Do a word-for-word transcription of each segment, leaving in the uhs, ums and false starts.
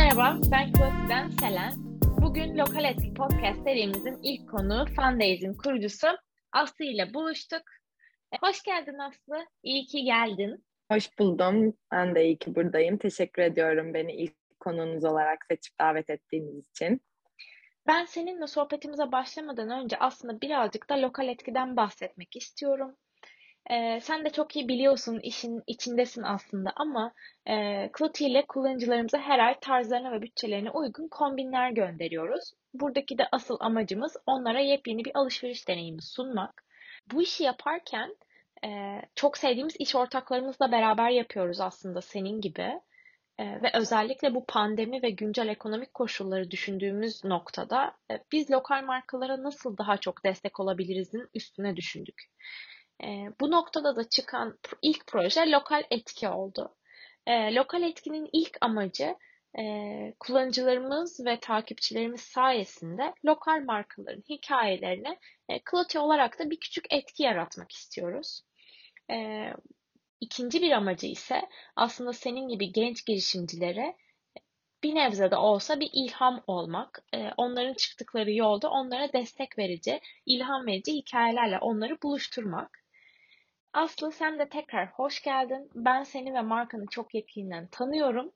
Merhaba, ben Kloti'den Selen. Bugün Lokal Etki Podcast serimizin ilk konuğu Fundase'in kurucusu Aslı ile buluştuk. E, Hoş geldin Aslı, iyi ki geldin. Hoş buldum. Ben de iyi ki buradayım. Teşekkür ediyorum beni ilk konuğunuz olarak seçip davet ettiğiniz için. Ben seninle sohbetimize başlamadan önce aslında birazcık da lokal etkiden bahsetmek istiyorum. Ee, sen de çok iyi biliyorsun, işin içindesin aslında ama e, Kloti ile kullanıcılarımıza her ay tarzlarına ve bütçelerine uygun kombinler gönderiyoruz. Buradaki de asıl amacımız onlara yepyeni bir alışveriş deneyimi sunmak. Bu işi yaparken e, çok sevdiğimiz iş ortaklarımızla beraber yapıyoruz aslında senin gibi. E, ve özellikle bu pandemi ve güncel ekonomik koşulları düşündüğümüz noktada e, biz lokal markalara nasıl daha çok destek olabilirizin üstüne düşündük. E, bu noktada da çıkan ilk proje lokal etki oldu. E, lokal etkinin ilk amacı e, kullanıcılarımız ve takipçilerimiz sayesinde lokal markaların hikayelerine e, Kloti olarak da bir küçük etki yaratmak istiyoruz. E, ikinci bir amacı ise aslında senin gibi genç girişimcilere bir nebze de olsa bir ilham olmak, e, onların çıktıkları yolda onlara destek verici, ilham verici hikayelerle onları buluşturmak. Aslı sen de tekrar hoş geldin. Ben seni ve markanı çok yakından tanıyorum.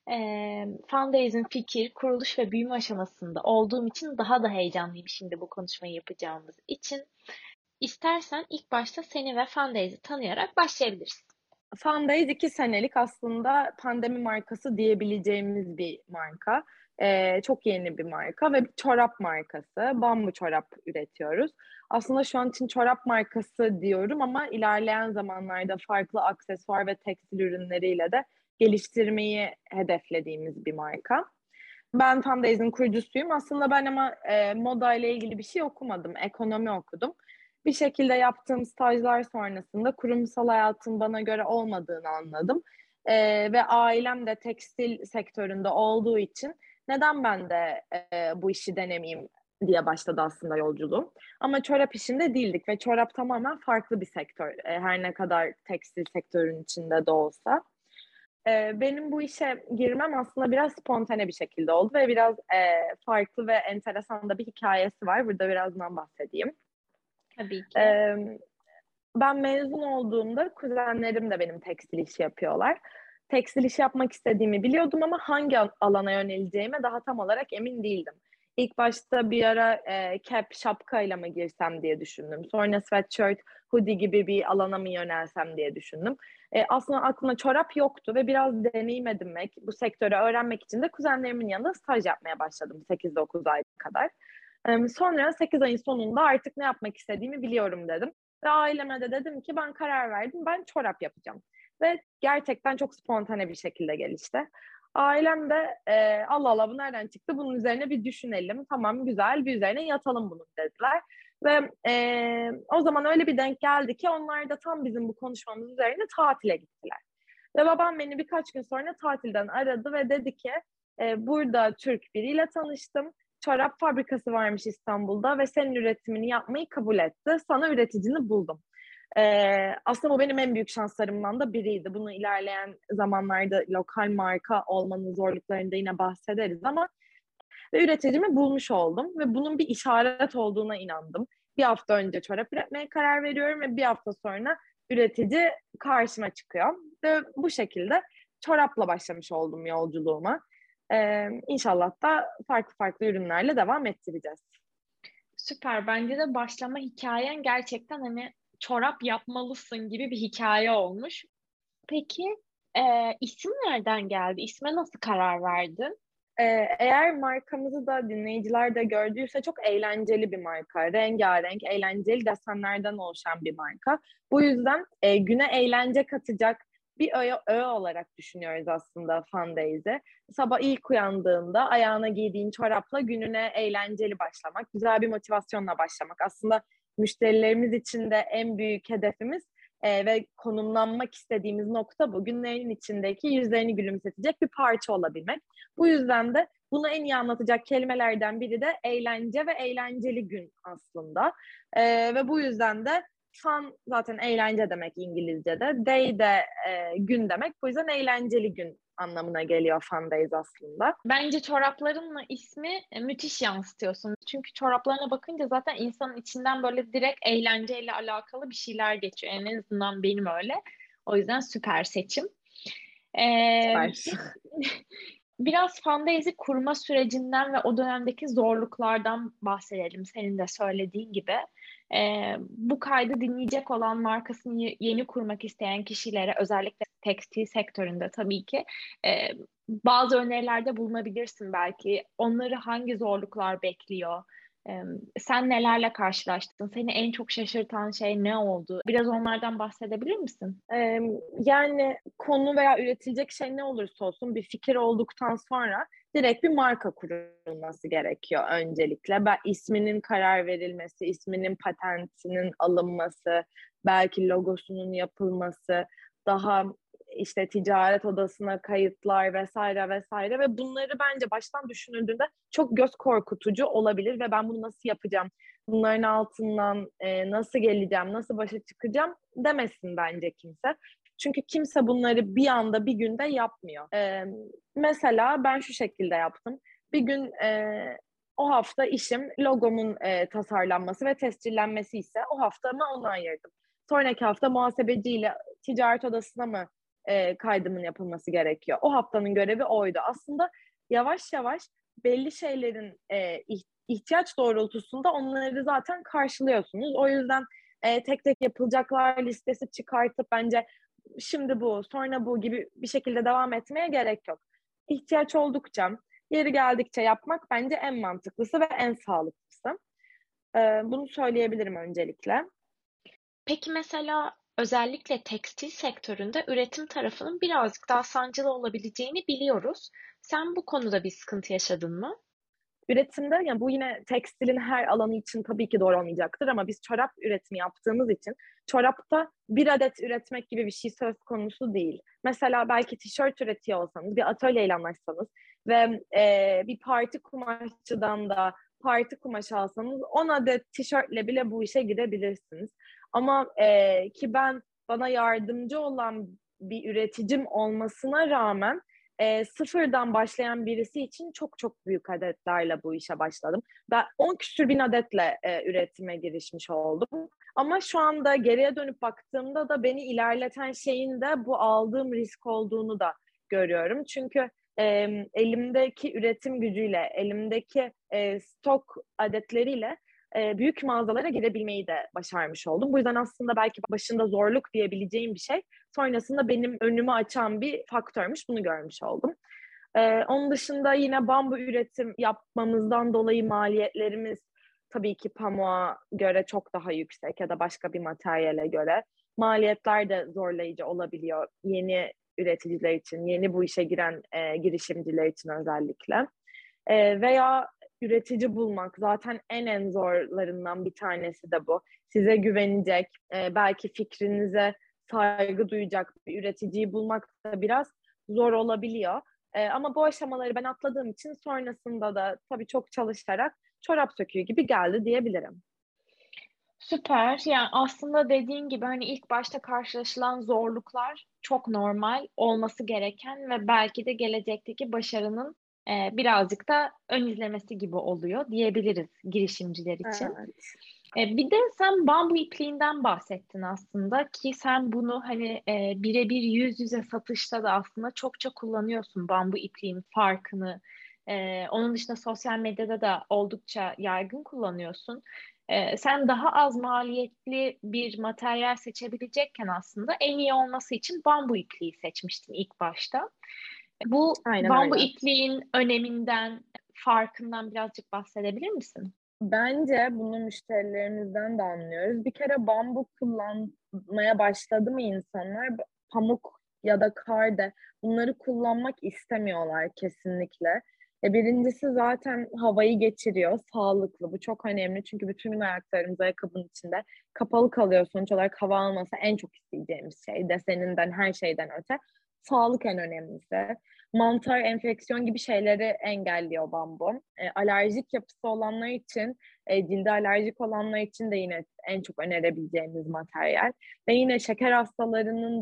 Ee, Fundase'in fikir, kuruluş ve büyüme aşamasında olduğum için daha da heyecanlıyım şimdi bu konuşmayı yapacağımız için. İstersen ilk başta seni ve Fundase'i tanıyarak başlayabiliriz. Fundays iki senelik aslında pandemi markası diyebileceğimiz bir marka. Ee, çok yeni bir marka ve bir çorap markası. Bambu çorap üretiyoruz. Aslında şu an için çorap markası diyorum ama ilerleyen zamanlarda farklı aksesuar ve tekstil ürünleriyle de geliştirmeyi hedeflediğimiz bir marka. Ben Fundase'in kurucusuyum. Aslında ben ama e, moda ile ilgili bir şey okumadım. Ekonomi okudum. Bir şekilde yaptığım stajlar sonrasında kurumsal hayatın bana göre olmadığını anladım. E, ve ailem de tekstil sektöründe olduğu için neden ben de e, bu işi denemeyeyim diye başladı aslında yolculuğum. Ama çorap işinde değildik ve çorap tamamen farklı bir sektör. E, her ne kadar tekstil sektörün içinde de olsa. Ee, benim bu işe girmem aslında biraz spontane bir şekilde oldu ve biraz e, farklı ve enteresan da bir hikayesi var. Burada birazdan bahsedeyim. Tabii ki. Ee, Ben mezun olduğumda kuzenlerim de benim tekstil işi yapıyorlar. Tekstil işi yapmak istediğimi biliyordum ama hangi alana yöneleceğime daha tam olarak emin değildim. İlk başta bir ara e, cap, şapkayla mı girsem diye düşündüm. Sonra sweatshirt, hoodie gibi bir alana mı yönelsem diye düşündüm. E, aslında aklımda çorap yoktu ve biraz deneyim edinmek, bu sektörü öğrenmek için de kuzenlerimin yanında staj yapmaya başladım sekiz dokuz ay kadar. E, sonra sekiz ayın sonunda artık ne yapmak istediğimi biliyorum dedim. Ve aileme de dedim ki ben karar verdim, ben çorap yapacağım. Ve gerçekten çok spontane bir şekilde gelişti. Ailem de e, Allah Allah bu nereden çıktı? Bunun üzerine bir düşünelim. Tamam güzel bir üzerine yatalım bunu dediler. Ve e, o zaman öyle bir denk geldi ki onlar da tam bizim bu konuşmamız üzerine tatile gittiler. Ve babam beni birkaç gün sonra tatilden aradı ve dedi ki e, burada Türk biriyle tanıştım. Çorap fabrikası varmış İstanbul'da ve senin üretimini yapmayı kabul etti. Sana üreticini buldum. Ee, aslında bu benim en büyük şanslarımdan da biriydi. Bunu ilerleyen zamanlarda lokal marka olmanın zorluklarında yine bahsederiz ama ve üreticimi bulmuş oldum ve bunun bir işaret olduğuna inandım. Bir hafta önce çorap üretmeye karar veriyorum ve bir hafta sonra üretici karşıma çıkıyor. Ve bu şekilde çorapla başlamış oldum yolculuğuma. Ee, İnşallah da farklı farklı ürünlerle devam ettireceğiz. Süper. Bence de başlama hikayen gerçekten hani çorap yapmalısın gibi bir hikaye olmuş. Peki e, isim nereden geldi? İsme nasıl karar verdin? Ee, eğer markamızı da dinleyiciler de gördüyse çok eğlenceli bir marka. Rengarenk, eğlenceli desenlerden oluşan bir marka. Bu yüzden e, güne eğlence katacak bir öğe, öğe olarak düşünüyoruz aslında Fun Days'i. Sabah ilk uyandığında ayağına giydiğin çorapla gününe eğlenceli başlamak, güzel bir motivasyonla başlamak. Aslında müşterilerimiz için de en büyük hedefimiz e, ve konumlanmak istediğimiz nokta bu. Günlerin içindeki yüzlerini gülümsetecek bir parça olabilmek. Bu yüzden de bunu en iyi anlatacak kelimelerden biri de eğlence ve eğlenceli gün aslında. Ee, ve bu yüzden de fun zaten eğlence demek İngilizce'de. Day de e, gün demek. Bu yüzden eğlenceli gün anlamına geliyor Fun Days aslında. Bence çoraplarınla ismi e, müthiş yansıtıyorsun. Çünkü çoraplarına bakınca zaten insanın içinden böyle direkt eğlenceyle alakalı bir şeyler geçiyor. En azından benim öyle. O yüzden süper seçim. Ee, Süper. biz biraz Fundase'i kurma sürecinden ve o dönemdeki zorluklardan bahsedelim. Senin de söylediğin gibi. Ee, bu kaydı dinleyecek olan markasını y- yeni kurmak isteyen kişilere, özellikle tekstil sektöründe tabii ki e, bazı önerilerde bulunabilirsin belki. Onları hangi zorluklar bekliyor? Ee, sen nelerle karşılaştın? Seni en çok şaşırtan şey ne oldu? Biraz onlardan bahsedebilir misin? Ee, Yani konu veya üretilecek şey ne olursa olsun bir fikir olduktan sonra direkt bir marka kurulması gerekiyor öncelikle. Ben, isminin karar verilmesi, isminin patentinin alınması, belki logosunun yapılması, daha işte ticaret odasına kayıtlar vesaire vesaire ve bunları bence baştan düşünüldüğünde çok göz korkutucu olabilir ve ben bunu nasıl yapacağım? Bunların altından e, nasıl geleceğim, nasıl başa çıkacağım demesin bence kimse. Çünkü kimse bunları bir anda bir günde yapmıyor. E, mesela ben şu şekilde yaptım. Bir gün e, o hafta işim logomun e, tasarlanması ve tescillenmesi ise o haftamı ona ayırdım. Sonraki hafta muhasebeciyle ticaret odasına mı e, kaydımın yapılması gerekiyor? O haftanın görevi oydu. Aslında yavaş yavaş belli şeylerin e, ihtiyaç doğrultusunda onları zaten karşılıyorsunuz. O yüzden e, tek tek yapılacaklar listesi çıkartıp bence şimdi bu, sonra bu gibi bir şekilde devam etmeye gerek yok. İhtiyaç oldukça, yeri geldikçe yapmak bence en mantıklısı ve en sağlıklısı. E, bunu söyleyebilirim öncelikle. Peki mesela özellikle tekstil sektöründe üretim tarafının birazcık daha sancılı olabileceğini biliyoruz. Sen bu konuda bir sıkıntı yaşadın mı? Üretimde yani bu yine tekstilin her alanı için tabii ki doğru olmayacaktır ama biz çorap üretimi yaptığımız için çorapta bir adet üretmek gibi bir şey söz konusu değil. Mesela belki tişört üretiyor olsanız, bir atölyeyle anlaşsanız ve e, bir parti kumaşçıdan da parti kumaşı alsanız on adet tişörtle bile bu işe girebilirsiniz. Ama e, ki ben bana yardımcı olan bir üreticim olmasına rağmen e, sıfırdan başlayan birisi için çok çok büyük adetlerle bu işe başladım. Ben on küsür bin adetle e, üretime girişmiş oldum. Ama şu anda geriye dönüp baktığımda da beni ilerleten şeyin de bu aldığım risk olduğunu da görüyorum. Çünkü e, elimdeki üretim gücüyle, elimdeki e, stok adetleriyle e, büyük mağazalara girebilmeyi de başarmış oldum. Bu yüzden aslında belki başında zorluk diyebileceğim bir şey sonrasında benim önümü açan bir faktörmüş. Bunu görmüş oldum. Ee, onun dışında yine bambu üretim yapmamızdan dolayı maliyetlerimiz tabii ki pamuğa göre çok daha yüksek ya da başka bir materyale göre. Maliyetler de zorlayıcı olabiliyor yeni üreticiler için, yeni bu işe giren e, girişimciler için özellikle. E, veya üretici bulmak zaten en en zorlarından bir tanesi de bu. Size güvenecek, e, belki fikrinize saygı duyacak bir üreticiyi bulmak da biraz zor olabiliyor. E, ama bu aşamaları ben atladığım için sonrasında da tabii çok çalışarak çorap söküğü gibi geldi diyebilirim. Süper. Yani aslında dediğin gibi hani ilk başta karşılaşılan zorluklar çok normal olması gereken ve belki de gelecekteki başarının e, birazcık da ön izlemesi gibi oluyor diyebiliriz girişimciler için. Evet. E, bir de sen bambu ipliğinden bahsettin aslında ki sen bunu hani e, birebir yüz yüze satışta da aslında çokça kullanıyorsun bambu ipliğin farkını. E, onun dışında sosyal medyada da oldukça yaygın kullanıyorsun. E, sen daha az maliyetli bir materyal seçebilecekken aslında en iyi olması için bambu ipliği seçmiştin ilk başta. Bu Aynen bambu öyle. ipliğin öneminden, farkından birazcık bahsedebilir misin? Bence bunu müşterilerimizden de anlıyoruz. Bir kere bambu kullanmaya başladı mı insanlar pamuk ya da karde bunları kullanmak istemiyorlar kesinlikle. E, birincisi zaten havayı geçiriyor, sağlıklı. Bu çok önemli çünkü bütün gün ayaklarımız ayakkabının içinde kapalı kalıyor. Sonuç olarak hava almasa en çok isteyeceğimiz şey deseninden her şeyden öte. Sağlık en önemlisi. Mantar, enfeksiyon gibi şeyleri engelliyor bambu. E, alerjik yapısı olanlar için, e, cilde alerjik olanlar için de yine en çok önerebileceğimiz materyal. Ve yine şeker hastalarının da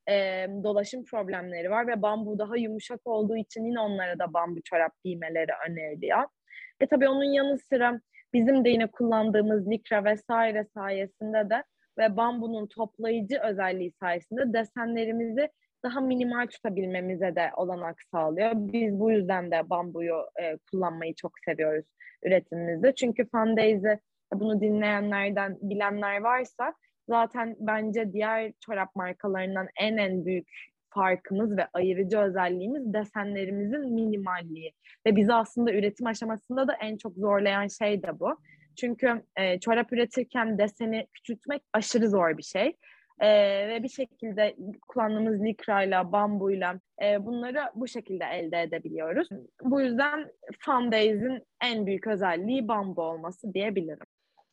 e, dolaşım problemleri var ve bambu daha yumuşak olduğu için yine onlara da bambu çorap giymeleri öneriliyor. E tabii onun yanı sıra bizim de yine kullandığımız likra vesaire sayesinde de ve bambunun toplayıcı özelliği sayesinde desenlerimizi daha minimal tutabilmemize de olanak sağlıyor. Biz bu yüzden de bambuyu e, kullanmayı çok seviyoruz üretimimizde. Çünkü Fandaze'i, bunu dinleyenlerden bilenler varsa, zaten bence diğer çorap markalarından en en büyük farkımız ve ayırıcı özelliğimiz desenlerimizin minimalliği. Ve bizi aslında üretim aşamasında da en çok zorlayan şey de bu. Çünkü e, çorap üretirken deseni küçültmek aşırı zor bir şey. Ee, ve bir şekilde kullandığımız likrayla, bambuyla e, bunları bu şekilde elde edebiliyoruz. Bu yüzden Fandaze'in en büyük özelliği bambu olması diyebilirim.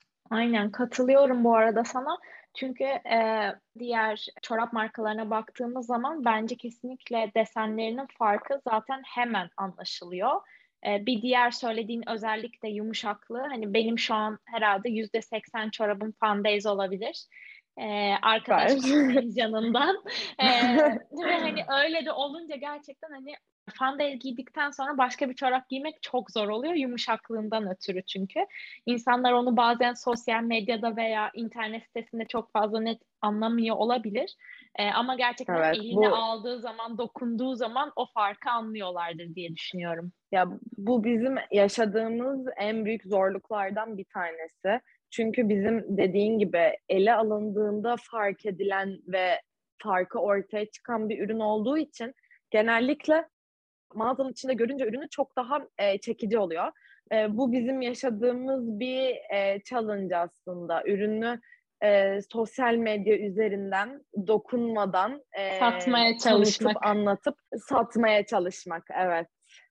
Aynen katılıyorum bu arada sana. Çünkü e, diğer çorap markalarına baktığımız zaman bence kesinlikle desenlerinin farkı zaten hemen anlaşılıyor. E, bir diğer söylediğin özellik de yumuşaklığı. Hani benim şu an herhalde yüzde seksen çorabım Fandaze olabilir. E, arkadaş Süper. kontenjanından. E, ve hani öyle de olunca gerçekten hani Fandaze giydikten sonra başka bir çorap giymek çok zor oluyor. Yumuşaklığından ötürü çünkü. İnsanlar onu bazen sosyal medyada veya internet sitesinde çok fazla net anlamıyor olabilir. Ee, ama gerçekten Evet, eline bu aldığı zaman, dokunduğu zaman o farkı anlıyorlardır diye düşünüyorum. ya bu bizim yaşadığımız en büyük zorluklardan bir tanesi. Çünkü bizim dediğin gibi ele alındığında fark edilen ve farkı ortaya çıkan bir ürün olduğu için genellikle mağazanın içinde görünce ürünü çok daha e, çekici oluyor. E, bu bizim yaşadığımız bir e, challenge aslında. Ürünü e, sosyal medya üzerinden dokunmadan e, Satmaya tanıtıp çalışmak. anlatıp satmaya çalışmak. Evet.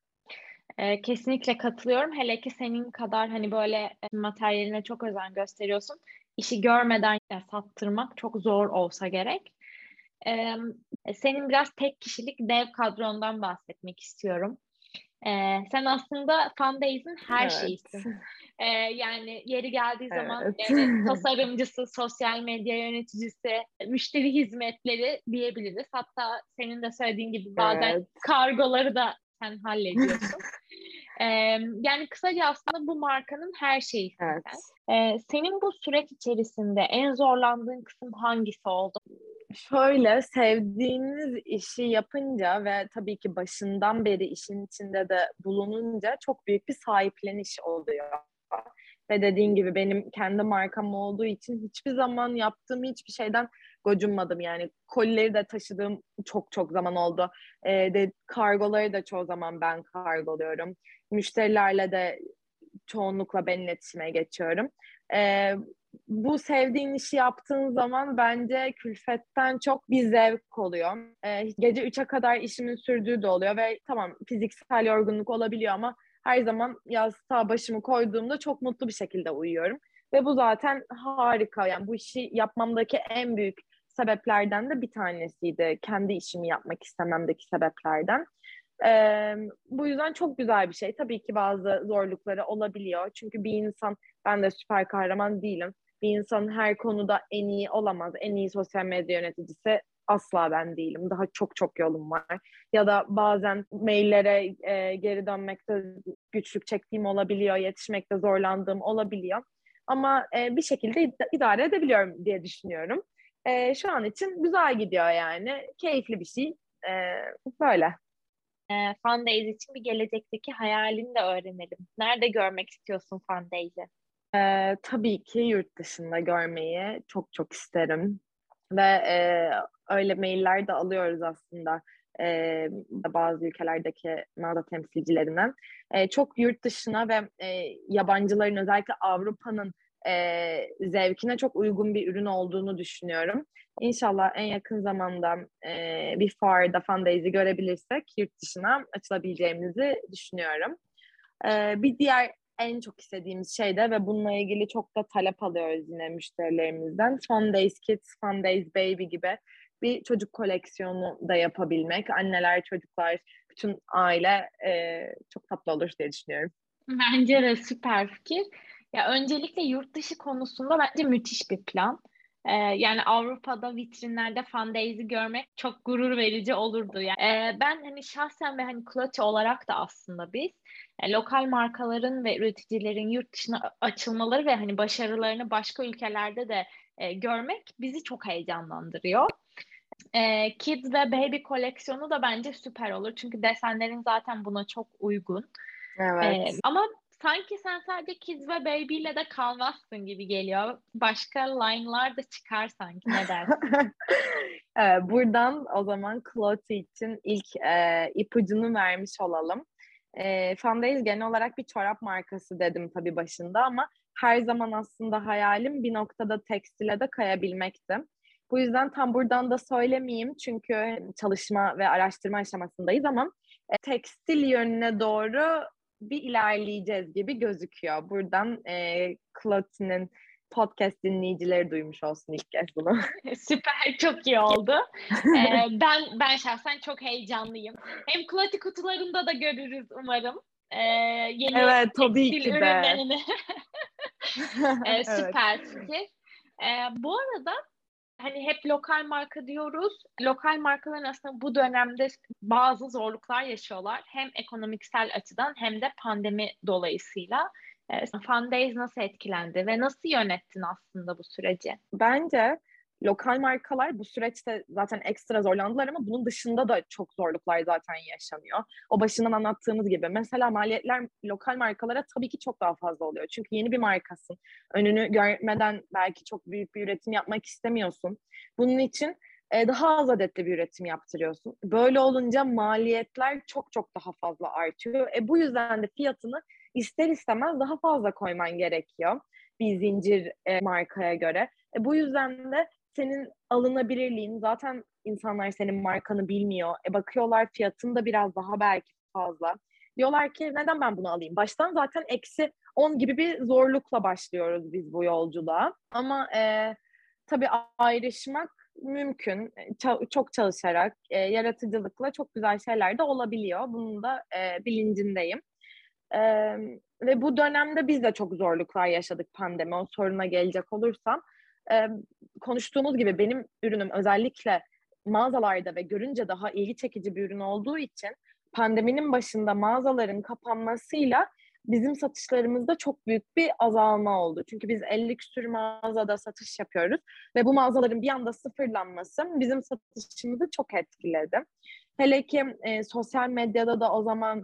Ee, kesinlikle katılıyorum. Hele ki senin kadar hani böyle e, materyaline çok özen gösteriyorsun. İşi görmeden e, sattırmak çok zor olsa gerek. Ee, Senin biraz tek kişilik dev kadrondan bahsetmek istiyorum. Ee, sen aslında Fanbase'in her Evet. şeyisin. Ee, yani yeri geldiği zaman Evet. e, tasarımcısı, sosyal medya yöneticisi, müşteri hizmetleri diyebiliriz. Hatta senin de söylediğin gibi bazen Evet. kargoları da sen hallediyorsun. Ee, Yani kısaca aslında bu markanın her şeyisin sen. Evet. Ee, senin bu süreç içerisinde en zorlandığın kısım hangisi oldu? Şöyle, sevdiğiniz işi yapınca ve tabii ki başından beri işin içinde de bulununca çok büyük bir sahipleniş oluyor. Ve dediğin gibi benim kendi markam olduğu için hiçbir zaman yaptığım hiçbir şeyden gocunmadım. Yani kolileri de taşıdığım çok çok zaman oldu. Ee, de, kargoları da çoğu zaman ben kargoluyorum. Müşterilerle de çoğunlukla ben iletişime geçiyorum. Ee, Bu sevdiğin işi yaptığın zaman bence külfetten çok bir zevk oluyor. Ee, gece üçe kadar işimin sürdüğü de oluyor ve tamam, fiziksel yorgunluk olabiliyor ama her zaman yastığa başımı koyduğumda çok mutlu bir şekilde uyuyorum. Ve bu zaten harika. Yani bu işi yapmamdaki en büyük sebeplerden de bir tanesiydi. Kendi işimi yapmak istememdeki sebeplerden. Ee, Bu yüzden çok güzel bir şey. Tabii ki bazı zorlukları olabiliyor. Çünkü bir insan, ben de süper kahraman değilim. Bir insan her konuda en iyi olamaz. En iyi sosyal medya yöneticisi asla ben değilim. Daha çok çok yolum var. Ya da bazen maillere e, geri dönmekte güçlük çektiğim olabiliyor. Yetişmekte zorlandığım olabiliyor. Ama e, bir şekilde id- idare edebiliyorum diye düşünüyorum. E, şu an için güzel gidiyor yani. Keyifli bir şey. E, Böyle. Ee, Fandaze için bir gelecekteki hayalini de öğrenelim. Nerede görmek istiyorsun Fandaze'i? Ee, tabii ki yurt dışında görmeyi çok çok isterim. Ve e, öyle mailler de alıyoruz aslında e, bazı ülkelerdeki mağaza temsilcilerinden. E, çok yurt dışına ve e, yabancıların, özellikle Avrupa'nın e, zevkine çok uygun bir ürün olduğunu düşünüyorum. İnşallah en yakın zamanda e, bir fuarda Fundaze'i görebilirsek yurt dışına açılabileceğimizi düşünüyorum. Ee, bir diğer en çok istediğimiz şey de ve bununla ilgili çok da talep alıyoruz yine müşterilerimizden. Fundays Kids, Fundays Baby gibi bir çocuk koleksiyonu da yapabilmek. Anneler, çocuklar, bütün aile e, çok tatlı olur diye düşünüyorum. Bence de süper fikir. Ya öncelikle yurt dışı konusunda bence müthiş bir plan. Ee, yani Avrupa'da vitrinlerde Fandaze'i görmek çok gurur verici olurdu. Yani, Ee, ben hani şahsen ve hani Clutch olarak da aslında biz e, lokal markaların ve üreticilerin yurt dışına açılmaları ve hani başarılarını başka ülkelerde de e, görmek bizi çok heyecanlandırıyor. E, Kids ve Baby koleksiyonu da bence süper olur. Çünkü desenlerin zaten buna çok uygun. E, Evet. ama sanki sen sadece Kids ve Baby ile de kalmazsın gibi geliyor. Başka line'lar da çıkar sanki. Ne dersin? Ee, Buradan o zaman Clotty için ilk e, ipucunu vermiş olalım. E, Fandaze genel olarak bir çorap markası dedim tabii başında ama her zaman aslında hayalim bir noktada tekstile de kayabilmekti. Bu yüzden tam buradan da söylemeyeyim çünkü çalışma ve araştırma aşamasındayız ama e, tekstil yönüne doğru bir ilerleyeceğiz gibi gözüküyor. Buradan e, Clotty'nin podcast dinleyicileri duymuş olsun ilk kez bunu. Süper, çok iyi oldu. Ee, ben ben şahsen çok heyecanlıyım. Hem Kulati kutularında da görürüz umarım. Ee, yeni Evet, tabii tekstil ki de. ürünlerini. Ee, Evet. süper fikir. Ee, bu arada hani hep lokal marka diyoruz. Lokal markaların aslında bu dönemde bazı zorluklar yaşıyorlar. Hem ekonomiksel açıdan hem de pandemi dolayısıyla. Ee, Fundaze nasıl etkilendi ve nasıl yönettin aslında bu süreci? Bence lokal markalar bu süreçte zaten ekstra zorlandılar ama bunun dışında da çok zorluklar zaten yaşanıyor. O başından anlattığımız gibi. Mesela maliyetler lokal markalara tabii ki çok daha fazla oluyor. Çünkü yeni bir markasın. Önünü görmeden belki çok büyük bir üretim yapmak istemiyorsun. Bunun için e, daha az adetli bir üretim yaptırıyorsun. Böyle olunca maliyetler çok çok daha fazla artıyor. E, bu yüzden de fiyatını ister istemez daha fazla koyman gerekiyor bir zincir e, markaya göre. E, bu yüzden de senin alınabilirliğin, zaten insanlar senin markanı bilmiyor. E, bakıyorlar fiyatın da biraz daha belki fazla. Diyorlar ki neden ben bunu alayım? Baştan zaten eksi on gibi bir zorlukla başlıyoruz biz bu yolculuğa. Ama e, tabii ayrışmak mümkün. Ç- çok çalışarak, e, yaratıcılıkla çok güzel şeyler de olabiliyor. Bunun da e, bilincindeyim. Ee, Ve bu dönemde biz de çok zorluklar yaşadık pandemi. O soruna gelecek olursam. Ee, Konuştuğumuz gibi benim ürünüm özellikle mağazalarda ve görünce daha ilgi çekici bir ürün olduğu için pandeminin başında mağazaların kapanmasıyla bizim satışlarımızda çok büyük bir azalma oldu. Çünkü biz elli küsur mağazada satış yapıyoruz ve bu mağazaların bir anda sıfırlanması bizim satışımızı çok etkiledi. Hele ki e, sosyal medyada da o zaman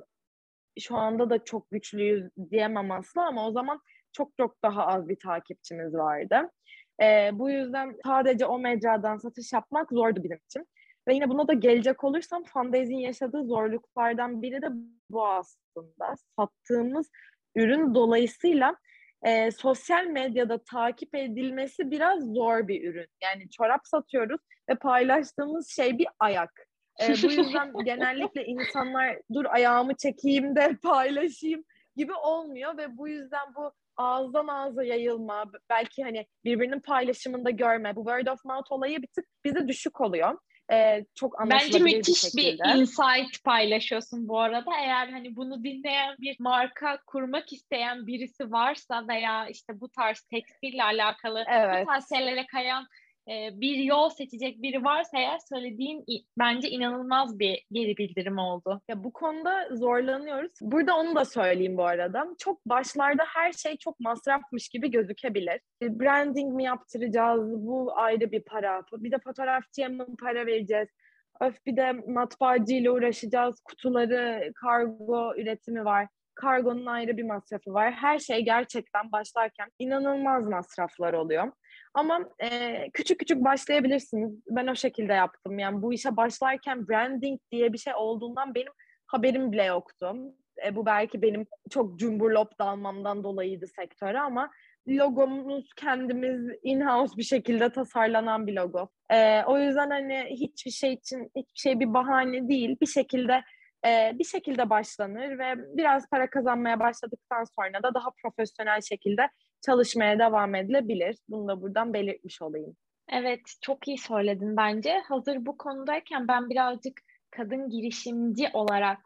şu anda da çok güçlüyüz diyemem asla ama o zaman çok çok daha az bir takipçimiz vardı. Ee, bu yüzden sadece o mecradan satış yapmak zordu bizim için. Ve yine buna da gelecek olursam Fundaze'in yaşadığı zorluklardan biri de bu aslında. Sattığımız ürün dolayısıyla e, sosyal medyada takip edilmesi biraz zor bir ürün. Yani çorap satıyoruz ve paylaştığımız şey bir ayak. E, bu yüzden genellikle insanlar dur ayağımı çekeyim de paylaşayım gibi olmuyor ve bu yüzden bu ağızdan ağza yayılma, belki hani birbirinin paylaşımında görme, bu word of mouth olayı bir tık bize düşük oluyor. E, çok Bence anlaşılabilir bir müthiş bir şekilde. insight paylaşıyorsun bu arada. Eğer hani bunu dinleyen bir marka kurmak isteyen birisi varsa veya işte bu tarz tekstille alakalı bu Evet. tarz şeylere kayan e, bir yol seçecek biri varsa eğer söylediğin i- bence inanılmaz bir geri bildirim oldu. Ya bu konuda zorlanıyoruz. Burada onu da söyleyeyim bu arada. Çok başlarda her şey çok masrafmış gibi gözükebilir. E, Branding mi yaptıracağız? Bu ayrı bir para. Bir de fotoğrafçıya mı para vereceğiz? Öf bir de matbaacıyla uğraşacağız. Kutuları, kargo üretimi var. Kargonun ayrı bir masrafı var. Her şey gerçekten başlarken inanılmaz masraflar oluyor. Ama e, küçük küçük başlayabilirsiniz. Ben o şekilde yaptım. Yani bu işe başlarken branding diye bir şey olduğundan benim haberim bile yoktu. E, bu belki benim çok cumburlop dalmamdan dolayıydı sektöre ama logomuz kendimiz in-house bir şekilde tasarlanan bir logo. E, o yüzden hani hiçbir şey için hiçbir şey bir bahane değil. Bir şekilde e, bir şekilde başlanır ve biraz para kazanmaya başladıktan sonra da daha profesyonel şekilde çalışmaya devam edilebilir. Bunu da buradan belirtmiş olayım. Evet, çok iyi söyledin bence. Hazır bu konudayken ben birazcık kadın girişimci olarak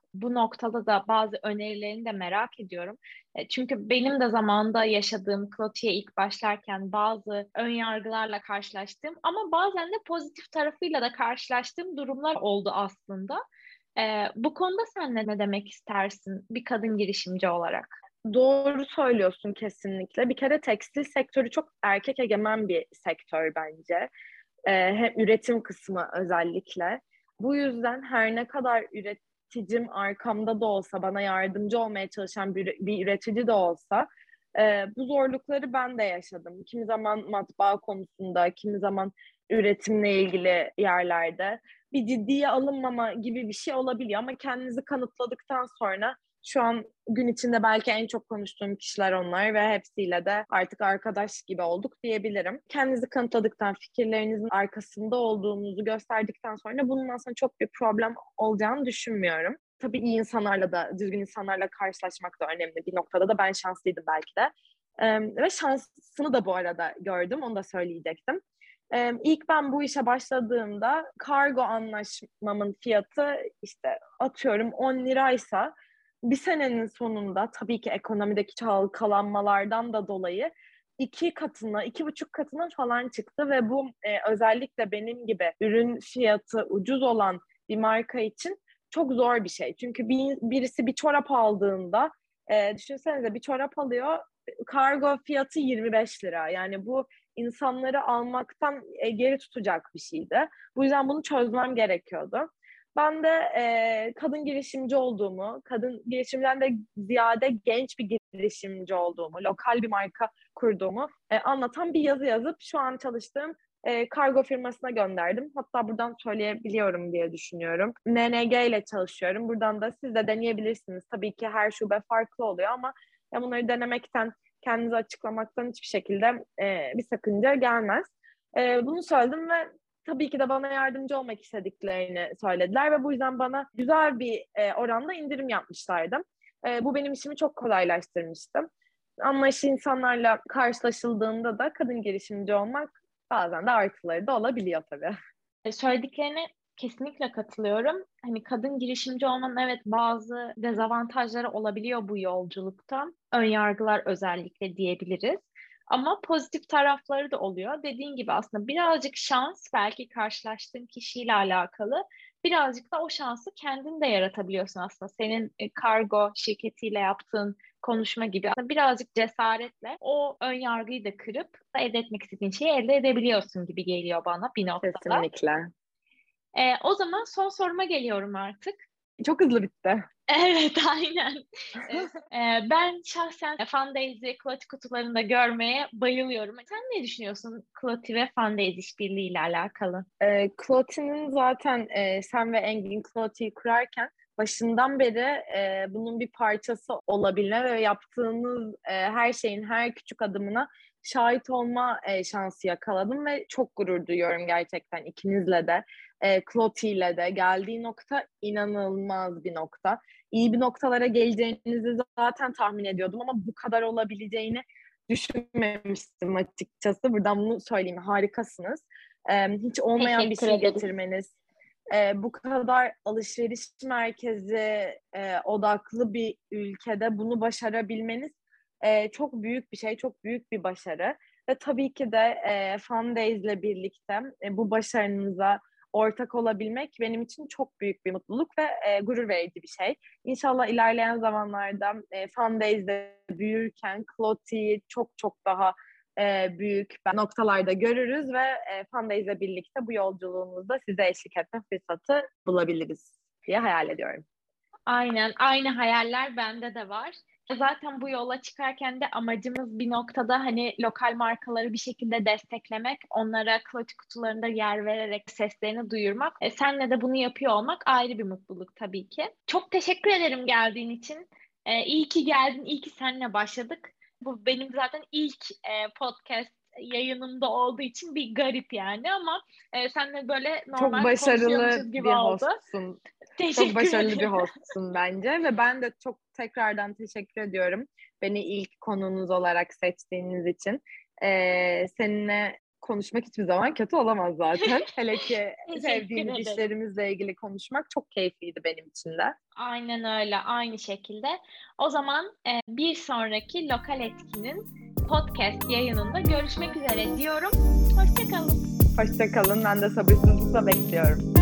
Bu noktada da bazı önerilerini de merak ediyorum. E, Çünkü benim de zamanında yaşadığım Clotilde ilk başlarken bazı ön yargılarla karşılaştığım ama bazen de pozitif tarafıyla da karşılaştığım durumlar oldu aslında. E, bu konuda sen ne demek istersin bir kadın girişimci olarak? Doğru söylüyorsun kesinlikle. Bir kere tekstil sektörü çok erkek egemen bir sektör bence. Ee, hem üretim kısmı özellikle. Bu yüzden her ne kadar üreticim arkamda da olsa, bana yardımcı olmaya çalışan bir, bir üretici de olsa, e, bu zorlukları ben de yaşadım. Kimi zaman matbaa konusunda, kimi zaman üretimle ilgili yerlerde bir ciddiye alınmama gibi bir şey olabiliyor. Ama kendinizi kanıtladıktan sonra şu an gün içinde belki en çok konuştuğum kişiler onlar ve hepsiyle de artık arkadaş gibi olduk diyebilirim. Kendinizi kanıtladıktan, fikirlerinizin arkasında olduğunuzu gösterdikten sonra bunun aslında çok bir problem olacağını düşünmüyorum. Tabii iyi insanlarla da, düzgün insanlarla karşılaşmak da önemli. Bir noktada da ben şanslıydım belki de. Ee, ve şansını da bu arada gördüm, onu da söyleyecektim. Ee, ilk ben bu işe başladığımda kargo anlaşmamın fiyatı işte atıyorum on liraysa bir senenin sonunda tabii ki ekonomideki çalkalanmalardan da dolayı iki katına, iki buçuk katına falan çıktı ve bu e, özellikle benim gibi ürün fiyatı ucuz olan bir marka için çok zor bir şey. Çünkü bir, birisi bir çorap aldığında e, düşünsenize bir çorap alıyor, kargo fiyatı yirmi beş lira. Yani bu insanları almaktan e, geri tutacak bir şeydi. Bu yüzden bunu çözmem gerekiyordu. Ben de e, kadın girişimci olduğumu, kadın girişimden de ziyade genç bir girişimci olduğumu, lokal bir marka kurduğumu e, anlatan bir yazı yazıp şu an çalıştığım e, kargo firmasına gönderdim. Hatta buradan söyleyebiliyorum diye düşünüyorum. N N G ile çalışıyorum. Buradan da siz de deneyebilirsiniz. Tabii ki her şube farklı oluyor ama ya bunları denemekten, kendinizi açıklamaktan hiçbir şekilde e, bir sakınca gelmez. E, bunu söyledim ve tabii ki de bana yardımcı olmak istediklerini söylediler ve bu yüzden bana güzel bir e, oranda indirim yapmışlardı. E, bu benim işimi çok kolaylaştırmıştı. Anlayışlı insanlarla karşılaşıldığında da kadın girişimci olmak bazen de artıları da olabiliyor tabii. E, Söylediklerine kesinlikle katılıyorum. Hani kadın girişimci olmanın evet bazı dezavantajları olabiliyor bu yolculukta. Ön yargılar özellikle diyebiliriz. Ama pozitif tarafları da oluyor. Dediğin gibi aslında birazcık şans, belki karşılaştığın kişiyle alakalı. Birazcık da o şansı kendin de yaratabiliyorsun aslında. Senin e, kargo şirketiyle yaptığın konuşma gibi. Aslında birazcık cesaretle o ön yargıyı da kırıp elde etmek istediğin şeyi elde edebiliyorsun gibi geliyor bana bir noktada. Kesinlikle. Ee, o zaman son soruma geliyorum artık. Çok hızlı bitti. Evet, aynen. Ee, e, ben şahsen Fundaze'i Kloti kutularında görmeye bayılıyorum. Sen ne düşünüyorsun Kloti ve Fundaze işbirliği ile alakalı? E, Clotilde'nin zaten e, sen ve Engin Clotilde'yi kurarken başından beri e, bunun bir parçası olabilme ve yaptığınız e, her şeyin her küçük adımına şahit olma e, şansı yakaladım ve çok gurur duyuyorum gerçekten ikinizle de. E, Clotilde'yle de geldiği nokta inanılmaz bir nokta. İyi bir noktalara geleceğinizi zaten tahmin ediyordum ama bu kadar olabileceğini düşünmemiştim açıkçası. Buradan bunu söyleyeyim. Harikasınız. Ee, hiç olmayan bir Teşekkür şey ederiz. getirmeniz, e, bu kadar alışveriş merkezi e, odaklı bir ülkede bunu başarabilmeniz e, çok büyük bir şey, çok büyük bir başarı. Ve tabii ki de e, Fun Days'le birlikte e, bu başarınıza ortak olabilmek benim için çok büyük bir mutluluk ve e, gurur verici bir şey. İnşallah ilerleyen zamanlarda e, Fun Days'de büyürken Clotilde'yi çok çok daha e, büyük noktalarda görürüz ve e, Fundaze'le birlikte bu yolculuğumuzda size eşlik etme fırsatı bulabiliriz diye hayal ediyorum. Aynen, aynı hayaller bende de var. Zaten bu yola çıkarken de amacımız bir noktada hani lokal markaları bir şekilde desteklemek, onlara Kloti kutularında yer vererek seslerini duyurmak. E, senle de bunu yapıyor olmak ayrı bir mutluluk tabii ki. Çok teşekkür ederim geldiğin için. E, iyi ki geldin, iyi ki seninle başladık. Bu benim zaten ilk e, podcast yayınımda olduğu için bir garip yani ama e, seninle böyle Çok normal başarılı konuşuyormuşuz gibi bir oldu. hostsun. Çok Teşekkür başarılı bir ederim. hostsun bence ve ben de çok tekrardan teşekkür ediyorum. Beni ilk konunuz olarak seçtiğiniz için. Ee, seninle konuşmak hiçbir zaman kötü olamaz zaten. Hele ki Teşekkür sevdiğimiz ederim. işlerimizle ilgili konuşmak çok keyifliydi benim için de. Aynen öyle, aynı şekilde. O zaman e, bir sonraki Lokal Etki'nin podcast yayınında görüşmek üzere diyorum. Hoşça kalın. Hoşça kalın. Ben de sabırsızlıkla bekliyorum.